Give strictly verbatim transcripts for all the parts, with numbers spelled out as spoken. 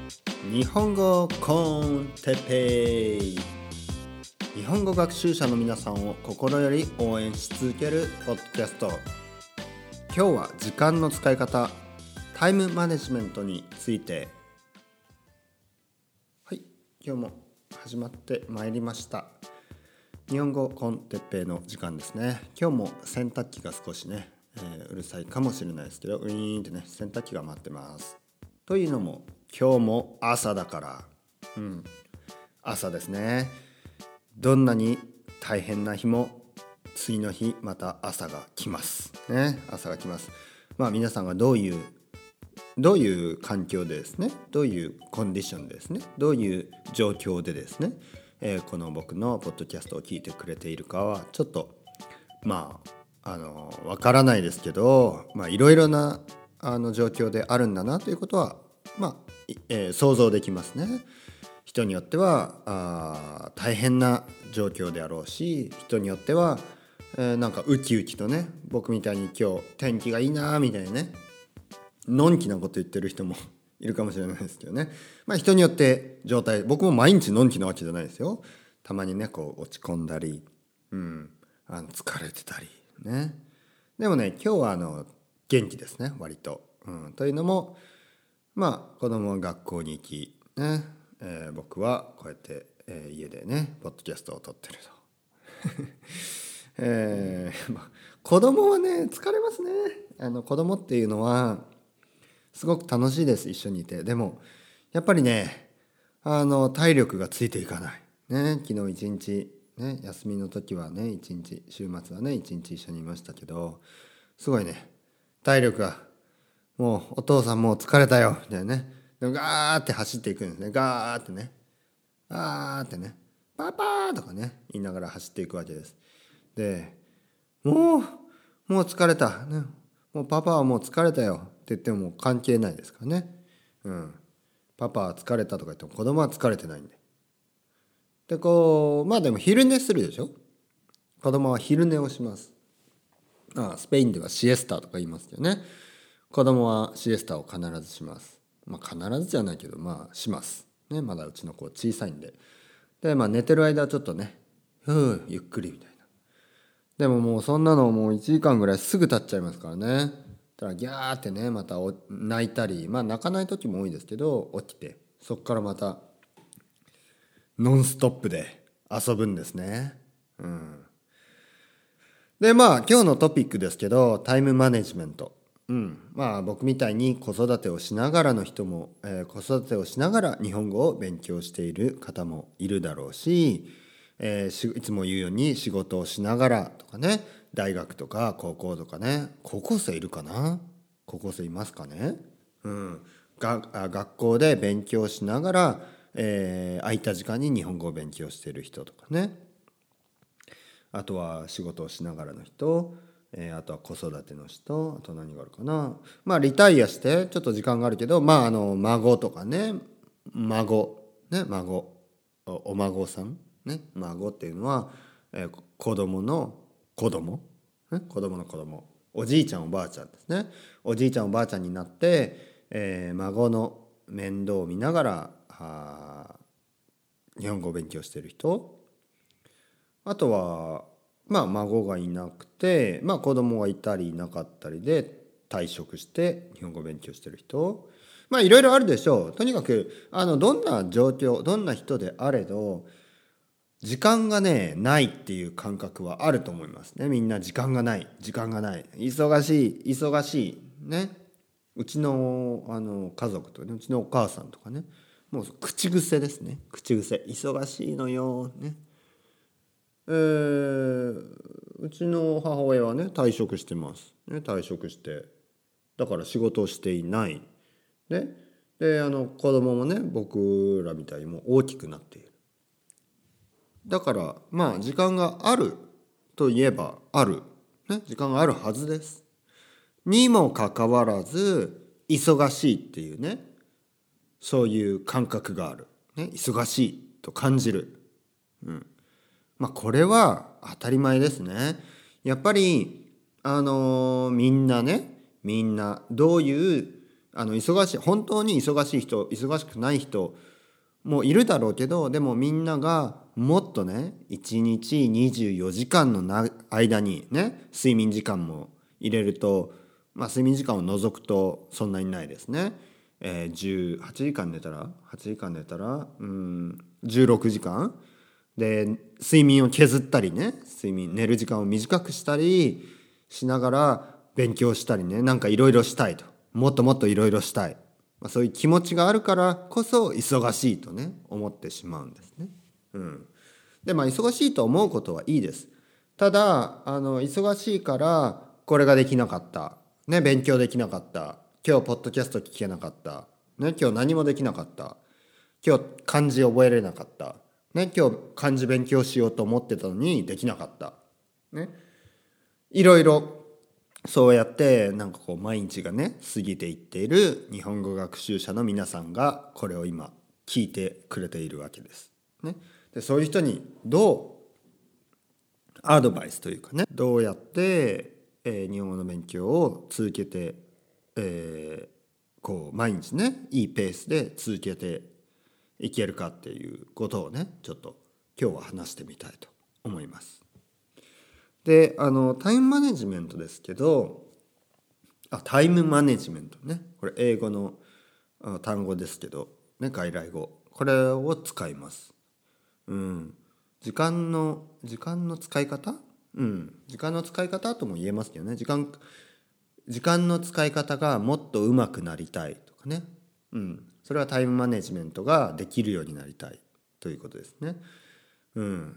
日本語コンテッペイ。日本語学習者の皆さんを心より応援し続けるポッドキャスト。今日は時間の使い方、タイムマネジメントについて。はい、今日も始まってまいりました。日本語コンテッペイの時間ですね。今日も洗濯機が少しね、えー、うるさいかもしれないですけど、ウィーンってね、洗濯機が待ってます。というのも今日も朝だから、うん、朝ですね。どんなに大変な日も次の日また朝が来ますね。朝が来ます。まあ皆さんがどういうどういう環境でですね、どういうコンディションでですね、どういう状況でですね、えー、この僕のポッドキャストを聞いてくれているかはちょっとまああのわからないですけど、まあいろいろなあの状況であるんだなということはまあ、えー、想像できますね。人によってはあ大変な状況であろうし、人によっては、えー、なんかウキウキとね、僕みたいに今日天気がいいなみたいなね、のんきなこと言ってる人もいるかもしれないですけどね。まあ人によって状態、僕も毎日のんきなわけじゃないですよ。たまにねこう落ち込んだり、うん、あの疲れてたりね。でもね今日はあの元気ですね割と、うん、というのもまあ子供は学校に行きね、えー、僕はこうやって、えー、家でねポッドキャストを撮ってると、えーまあ、子供はね疲れますね。あの子供っていうのはすごく楽しいです、一緒にいて。でもやっぱりねあの体力がついていかないね。昨日一日ね、休みの時はね一日、週末はね一日一緒にいましたけど、すごいね体力がもうお父さんもう疲れたよみたいなね。でもガーって走っていくんですね。ガーってね、ガーってね、パパーとかね言いながら走っていくわけです。でもうもう疲れた、ね、もうパパはもう疲れたよって言っても関係ないですからね。うん、パパは疲れたとか言っても子供は疲れてないんで。でこうまあでも昼寝するでしょ。子供は昼寝をします。ああスペインではシエスタとか言いますよね。子供はシエスタを必ずします。まあ必ずじゃないけどまあしますね。まだうちの子小さいんで。でまあ寝てる間はちょっとね、ふうゆっくりみたいな。でももうそんなのもういちじかんぐらいすぐ経っちゃいますからね。だからギャーってねまた泣いたり、まあ泣かない時も多いですけど起きて、そこからまたノンストップで遊ぶんですね。うん。でまあ今日のトピックですけど、タイムマネジメント。うん、まあ僕みたいに子育てをしながらの人も、えー、子育てをしながら日本語を勉強している方もいるだろうし、えー、しいつも言うように仕事をしながらとかね、大学とか高校とかね、高校生いるかな、高校生いますかね、うん、が学校で勉強しながら、えー、空いた時間に日本語を勉強している人とかね、あとは仕事をしながらの人、えー、あとは子育ての人、あと何があるかな。まあリタイアしてちょっと時間があるけど、まああの孫とかね、孫ね、孫、お、お孫さんね、孫っていうのは、えー、子供の子供、ね、子供の子供、おじいちゃんおばあちゃんですね。おじいちゃんおばあちゃんになって、えー、孫の面倒を見ながらあ日本語を勉強している人。あとはまあ孫がいなくて、まあ子供がいたりいなかったりで退職して日本語を勉強してる人、まあいろいろあるでしょう。とにかくあのどんな状況、どんな人であれど時間がねないっていう感覚はあると思いますね。みんな時間がない時間がない忙しい忙しいね。うちのあの家族とかね、うちのお母さんとかね、もう口癖ですね。口癖、忙しいのよね。えー、うちの母親はね退職してます、ね、退職してだから仕事をしていない、ね、であの子供もね僕らみたいにもう大きくなっている。だからまあ時間があるといえばある、ね、時間があるはずです。にもかかわらず忙しいっていうね、そういう感覚がある、ね、忙しいと感じる。うんまあこれは当たり前ですね。やっぱりあのーみんなねみんなどういうあの忙しい本当に忙しい人忙しくない人もいるだろうけど、でもみんながもっとねいちにちにじゅうよじかんのな間にね睡眠時間も入れると、まあ睡眠時間を除くとそんなにないですね。えー、じゅうはちじかん寝たらはちじかん寝たらうんじゅうろくじかんで睡眠を削ったりね、睡眠寝る時間を短くしたりしながら勉強したりね、なんかいろいろしたいと、もっともっといろいろしたい、まあ、そういう気持ちがあるからこそ忙しいとね思ってしまうんですね。うん、でまあ忙しいと思うことはいいです。ただあの忙しいからこれができなかった、ね、勉強できなかった、今日ポッドキャスト聞けなかった、ね、今日何もできなかった、今日漢字覚えれなかった、ね、今日漢字勉強しようと思ってたのにできなかった、ね、いろいろそうやってなんかこう毎日がね過ぎていっている日本語学習者の皆さんがこれを今聞いてくれているわけです。ね、でそういう人にどうアドバイスというかね、どうやって、えー、日本語の勉強を続けて、えー、こう毎日ねいいペースで続けていけるかっていうことをねちょっと今日は話してみたいと思います。であのタイムマネジメントですけど、あタイムマネジメントね、これ英語の単語ですけど、ね、外来語これを使います。うん、時間の時間の使い方、うん、時間の使い方とも言えますけどね、時間時間の使い方がもっと上手くなりたいとかね、うん、それはタイムマネジメントができるようになりたいということですね。うん、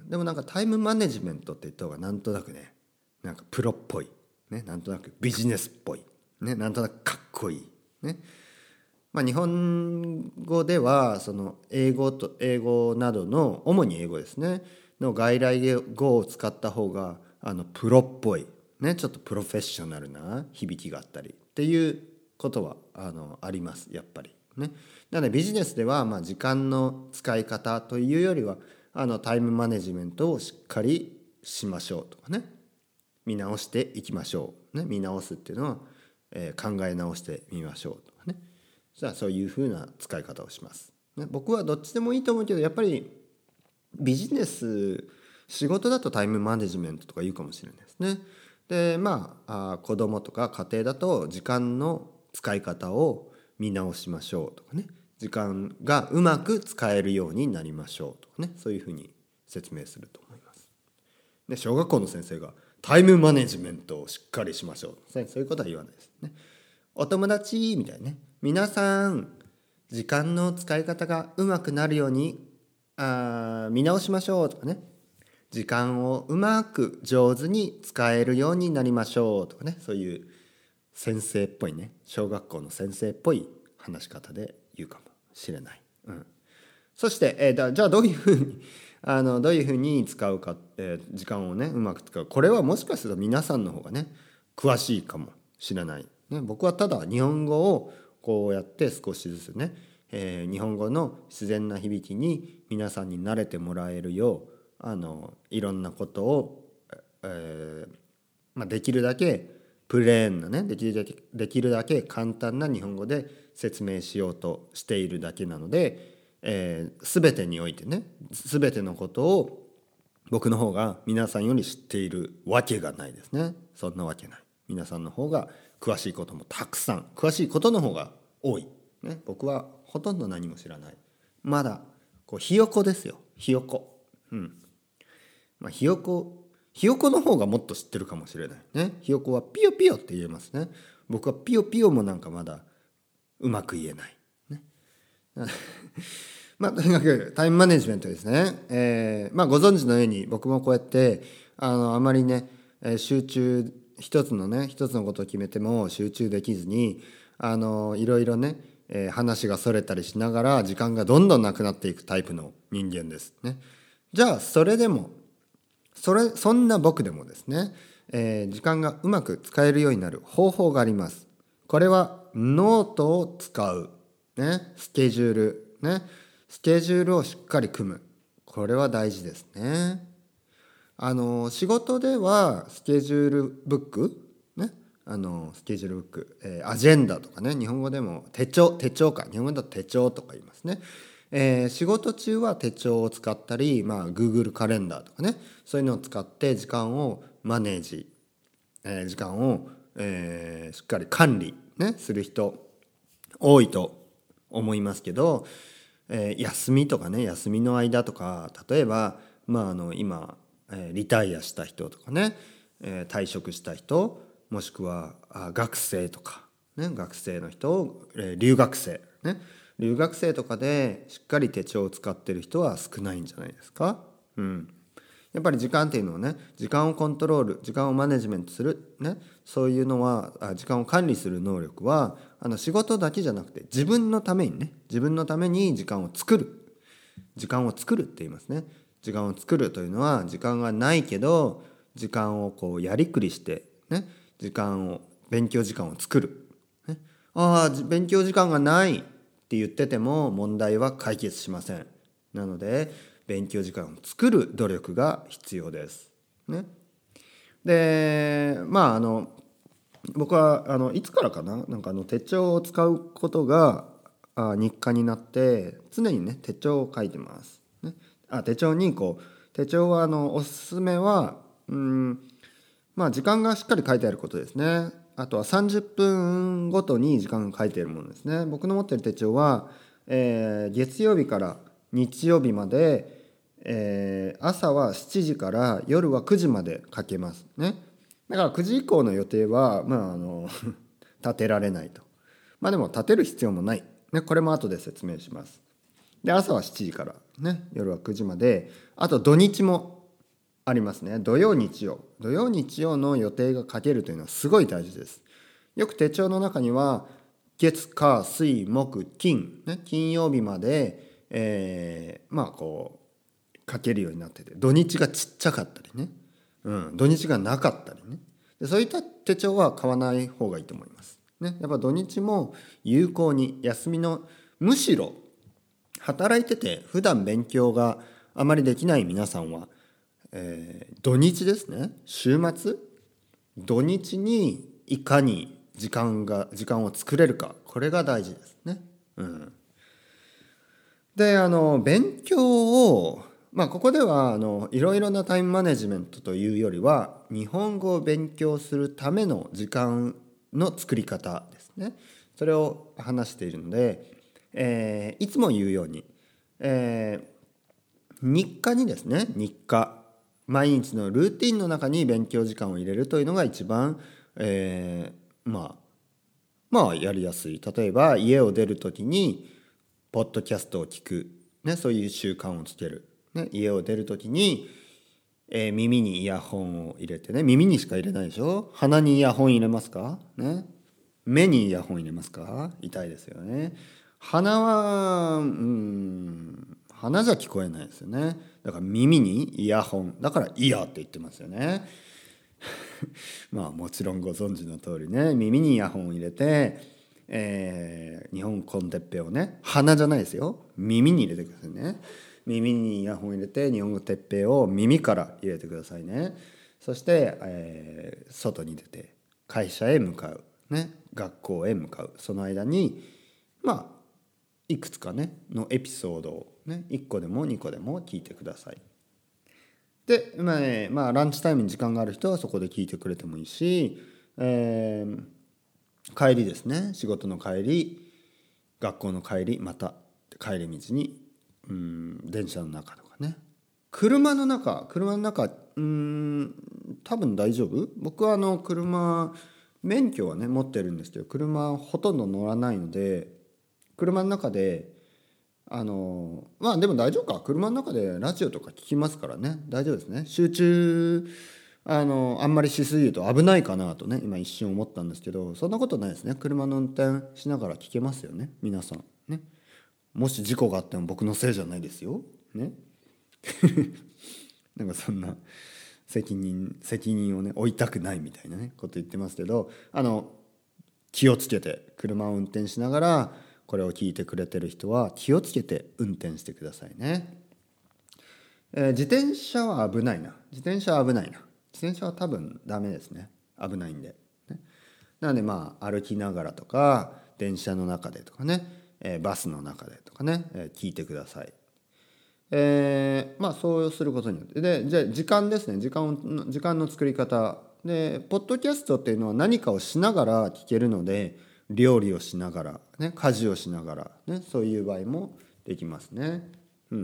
でもなんかタイムマネジメントって言った方がなんとなくねなんかプロっぽい、ね、なんとなくビジネスっぽい、ね、なんとなくかっこいい、ね、まあ、日本語ではその英語と英語などの主に英語ですねの外来語を使った方があのプロっぽい、ね、ちょっとプロフェッショナルな響きがあったりっていうことはあのありますやっぱりね。なのでビジネスではまあ時間の使い方というよりはあのタイムマネジメントをしっかりしましょうとかね、見直していきましょう、ね、見直すっていうのは、えー、考え直してみましょうとかね、じゃあそういうふうな使い方をします、ね、僕はどっちでもいいと思うけどやっぱりビジネス仕事だとタイムマネジメントとか言うかもしれないですね。でまああ子供とか家庭だと時間の使い方を見直しましょうとかね、時間がうまく使えるようになりましょうとかね、そういうふうに説明すると思います。で小学校の先生がタイムマネジメントをしっかりしましょう、そういうことは言わないですね。お友達みたいなね、皆さん時間の使い方がうまくなるようにあ見直しましょうとかね、時間をうまく上手に使えるようになりましょうとかね、そういう先生っぽいね、小学校の先生っぽい話し方で言うかもしれない。うん、そして、えー、だじゃあどういうふうにあのどういうふうに使うか、えー、時間をねうまく使う、これはもしかすると皆さんの方がね詳しいかもしれない、ね、僕はただ日本語をこうやって少しずつね、えー、日本語の自然な響きに皆さんに慣れてもらえるようあのいろんなことを、えーまあ、できるだけプレーンなねできるだけ、できるだけ簡単な日本語で説明しようとしているだけなので、えー、全てにおいてね全てのことを僕の方が皆さんより知っているわけがないですね。そんなわけない。皆さんの方が詳しいこともたくさん、詳しいことの方が多い、ね、僕はほとんど何も知らない、まだこうひよこですよ、ひよこ、うんまあ、ひよこひよこの方がもっと知ってるかもしれないね。ひよこはピヨピヨって言えますね。僕はピヨピヨもなんかまだうまく言えない、ね、まあとにかくタイムマネジメントですね。えー、まあご存知のように僕もこうやってあのあまりね集中一つのね一つのことを決めても集中できずにあのいろいろね、えー、話がそれたりしながら時間がどんどんなくなっていくタイプの人間ですね。じゃあそれでもそれそんな僕でもですね、えー、時間がうまく使えるようになる方法があります。これはノートを使う、ね、スケジュール、ね、スケジュールをしっかり組む、これは大事ですね。あの仕事ではスケジュールブック、ね、 あのスケジュールブック、えー、アジェンダとかね、日本語でも手帳手帳か日本語だと手帳とか言いますね。えー、仕事中は手帳を使ったり、まあ、Google カレンダーとかね、そういうのを使って時間をマネージ、えー、時間を、えー、しっかり管理、ね、する人多いと思いますけど、えー、休みとかね、休みの間とか、例えば、まあ、あの今、えー、リタイアした人とかね、えー、退職した人、もしくはあ学生とか、ね、学生の人、えー、留学生、ね、留学生とかでしっかり手帳を使ってる人は少ないんじゃないですか。うん、やっぱり時間っていうのはね、時間をコントロール、時間をマネジメントする、ね、そういうのは、時間を管理する能力は、あの仕事だけじゃなくて自分のためにね、自分のために時間を作る、時間を作るって言いますね。時間を作るというのは、時間がないけど時間をこうやりくりして、ね、時間を勉強時間を作る、ね、ああ勉強時間がないって言ってても問題は解決しません。なので勉強時間を作る努力が必要です。ね、でまああの僕はあのいつからかな、なんかあの手帳を使うことがあ日課になって常にね手帳を書いてます。ね、あ手帳にこう手帳はあのおすすめはうんまあ時間がしっかり書いてあることですね。あとはさんじゅっぷんごとに時間が書いてあるものですね。僕の持っている手帳は、えー、月曜日から日曜日まで、えー、朝はしちじから夜はくじまで書けますね。だからくじ以降の予定はまああの立てられないと。まあでも立てる必要もない。ね、これも後で説明します。で朝はしちじからね、夜はくじまで、あと土日もありますね。土曜日曜土曜日曜の予定が書けるというのはすごい大事です。よく手帳の中には月火水木金、ね、金曜日まで、えー、まあこう書けるようになってて、土日がちっちゃかったりね、うん、土日がなかったりね、でそういった手帳は買わない方がいいと思います、ね、やっぱ土日も有効に休みの、むしろ働いてて普段勉強があまりできない皆さんは、えー、土日ですね、週末土日にいかに時間が時間を作れるか、これが大事ですね。うん、であの勉強をまあここではあのいろいろなタイムマネジメントというよりは日本語を勉強するための時間の作り方ですね。それを話しているので、えー、いつも言うように、えー、日課にですね、日課毎日のルーティンの中に勉強時間を入れるというのが一番、えー、まあまあやりやすい。例えば家を出るときにポッドキャストを聞く、ね、そういう習慣をつける、ね、家を出るときに、えー、耳にイヤホンを入れてね、耳にしか入れないでしょ。鼻にイヤホン入れますか、ね、目にイヤホン入れますか、痛いですよね。鼻はうん鼻じゃ聞こえないですよね。だから耳にイヤホンだからイヤーって言ってますよね。まあもちろんご存知の通りね、耳にイヤホンを入れて、えー、日本コンテッペをね、鼻じゃないですよ、耳に入れてくださいね。耳にイヤホン入れて日本語テッペを耳から入れてくださいね。そして、えー、外に出て会社へ向かう、ね、学校へ向かう、その間にまあいくつかねのエピソードをね、いっこでもにこでも聞いてください。で、まあ、ね、まあランチタイムに時間がある人はそこで聞いてくれてもいいし、えー、帰りですね、仕事の帰り、学校の帰り、また帰り道に、うん、電車の中とかね、車の中車の中うん多分大丈夫。僕はあの車免許はね持ってるんですけど、車ほとんど乗らないので、車の中であのまあでも大丈夫か、車の中でラジオとか聞きますからね、大丈夫ですね。集中あのあんまりしすぎると危ないかなとね、今一瞬思ったんですけど、そんなことないですね。車の運転しながら聞けますよね、皆さんね。もし事故があっても僕のせいじゃないですよね。なんかそんな責任責任をね負いたくないみたいなねこと言ってますけど、あの気をつけて車を運転しながらこれを聞いてくれてる人は気をつけて運転してくださいね。えー、自転車は危ないな自転車は危ないな自転車は多分ダメですね、危ないんで、ね、 なのでまあ歩きながらとか電車の中でとかね、えー、バスの中でとかね、えー、聞いてください。えー、まあそうすることによってでじゃあ時間ですね時間の時間の作り方でポッドキャストっていうのは何かをしながら聞けるので料理をしながら、ね、家事をしながら、ね、そういう場合もできますね。うん、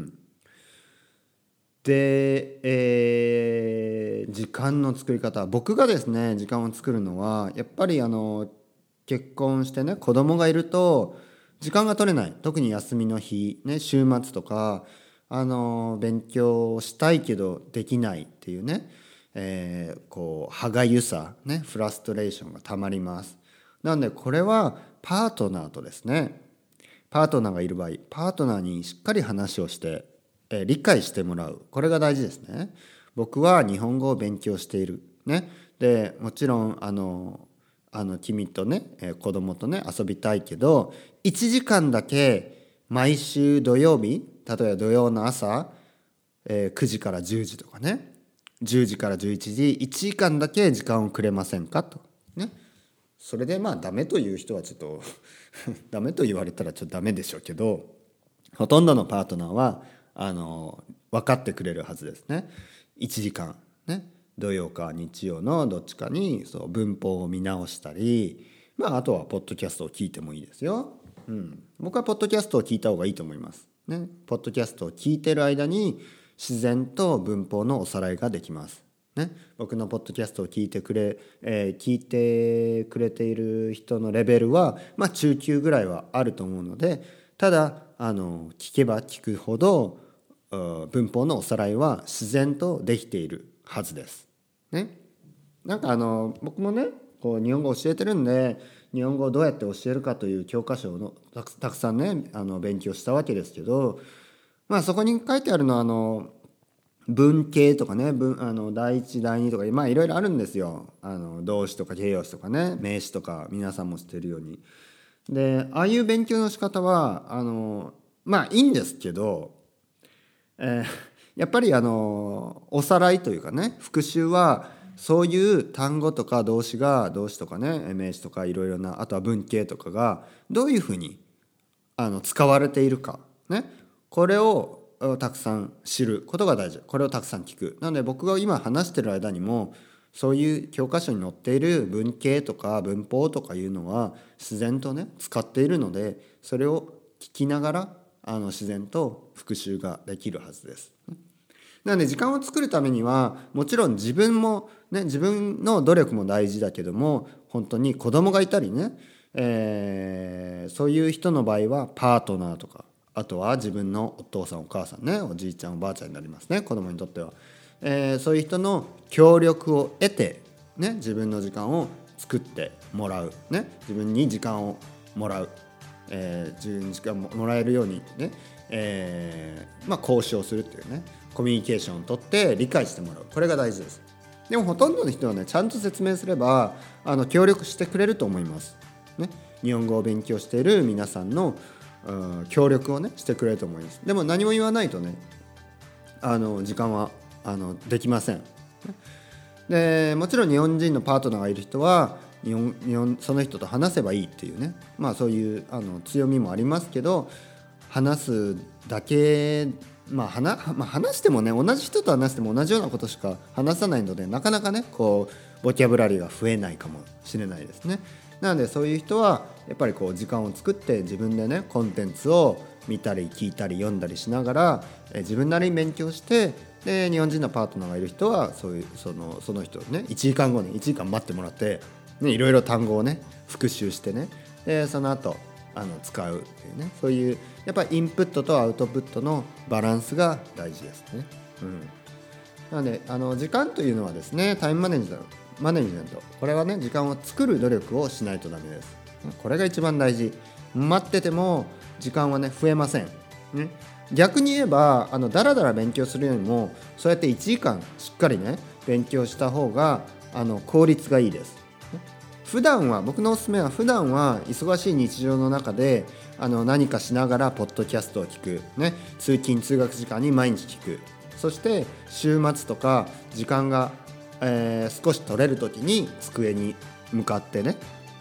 で、えー、時間の作り方僕がですね時間を作るのはやっぱりあの結婚してね子供がいると時間が取れない特に休みの日、ね、週末とかあの勉強したいけどできないっていうね、えー、こう歯がゆさ、ね、フラストレーションがたまります。なのでこれはパートナーとですねパートナーがいる場合パートナーにしっかり話をして、えー、理解してもらうこれが大事ですね。僕は日本語を勉強している、ね、でもちろんあのあの君とね、えー、子供とね遊びたいけどいちじかんだけ毎週土曜日例えば土曜の朝、えー、くじからじゅうじとかねじゅうじからじゅういちじいちじかんだけ時間をくれませんかとね。それでまあダメという人はちょっとダメと言われたらちょっとダメでしょうけどほとんどのパートナーはあの分かってくれるはずですね。いちじかんね土曜か日曜のどっちかにそう文法を見直したり、まあ、あとはポッドキャストを聞いてもいいですよ。うん、僕はポッドキャストを聞いた方がいいと思います、ね、ポッドキャストを聞いてる間に自然と文法のおさらいができます、ね、僕のポッドキャストを聞いてくれ、えー、聞いてくれている人のレベルは、まあ、中級ぐらいはあると思うのでただあの聞けば聞くほど文法のおさらいは自然とできているはずです、ね、なんかあの僕もねこう日本語を教えてるんで日本語をどうやって教えるかという教科書をたく、たくさんねあの勉強したわけですけど、まあ、そこに書いてあるのはあの文系とかね文あの第一第二とかまあいろいろあるんですよ。あの動詞とか形容詞とかね名詞とか皆さんも知ってるようにでああいう勉強の仕方はあのまあいいんですけど、えー、やっぱりあのおさらいというかね復習はそういう単語とか動詞が動詞とかね名詞とかいろいろなあとは文系とかがどういうふうにあの使われているかねこれをたくさん知ることが大事これをたくさん聞くなので僕が今話してる間にもそういう教科書に載っている文系とか文法とかいうのは自然とね使っているのでそれを聞きながらあの自然と復習ができるはずです。なので時間を作るためにはもちろん自分もね自分の努力も大事だけども本当に子供がいたりね、えー、そういう人の場合はパートナーとかあとは自分のお父さんお母さんねおじいちゃんおばあちゃんになりますね子供にとっては、えー、そういう人の協力を得て、ね、自分の時間を作ってもらう、ね、自分に時間をもらう、えー、自分に時間をもらえるようにね、えーまあ、交渉するっていうねコミュニケーションをとって理解してもらうこれが大事です。でもほとんどの人はねちゃんと説明すればあの協力してくれると思います、ね、日本語を勉強している皆さんの協力をねしてくれると思います。でも何も言わないとねあの時間はあのできません。でもちろん日本人のパートナーがいる人は日本日本その人と話せばいいっていうねまあそういうあの強みもありますけど話すだけまあ 話, まあ話してもね同じ人と話しても同じようなことしか話さないのでなかなかねこうボキャブラリーが増えないかもしれないですね。なのでそういう人はやっぱりこう時間を作って自分でねコンテンツを見たり聞いたり読んだりしながらえ自分なりに勉強してで日本人のパートナーがいる人はそういうそのその人をねいちじかんごにいちじかん待ってもらって、ね、いろいろ単語をね復習してねでその後あの使うっていうねそういうやっぱりインプットとアウトプットのバランスが大事ですね。うん、なのであの時間というのはですねタイムマネジメントマネジメントこれはね時間を作る努力をしないとダメです。これが一番大事。待ってても時間はね増えません、ね、逆に言えばあのだらだら勉強するよりもそうやっていちじかんしっかりね勉強した方があの効率がいいです。普段は僕のおすすめは普段は忙しい日常の中であの何かしながらポッドキャストを聞く、ね、通勤通学時間に毎日聞くそして週末とか時間が、えー、少し取れる時に机に向かってね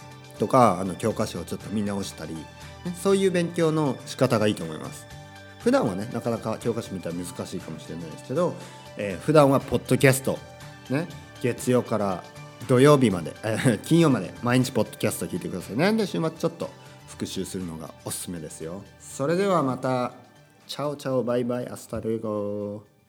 とかあの教科書をちょっと見直したり、ね、そういう勉強の仕方がいいと思います。普段はねなかなか教科書見たら難しいかもしれないですけど、えー、普段はポッドキャスト、ね、月曜から土曜日まで、えー、金曜まで毎日ポッドキャスト聞いてくださいね。で週末ちょっと復習するのがおすすめですよ。それではまた。チャオチャオバイバイアスタルエゴ。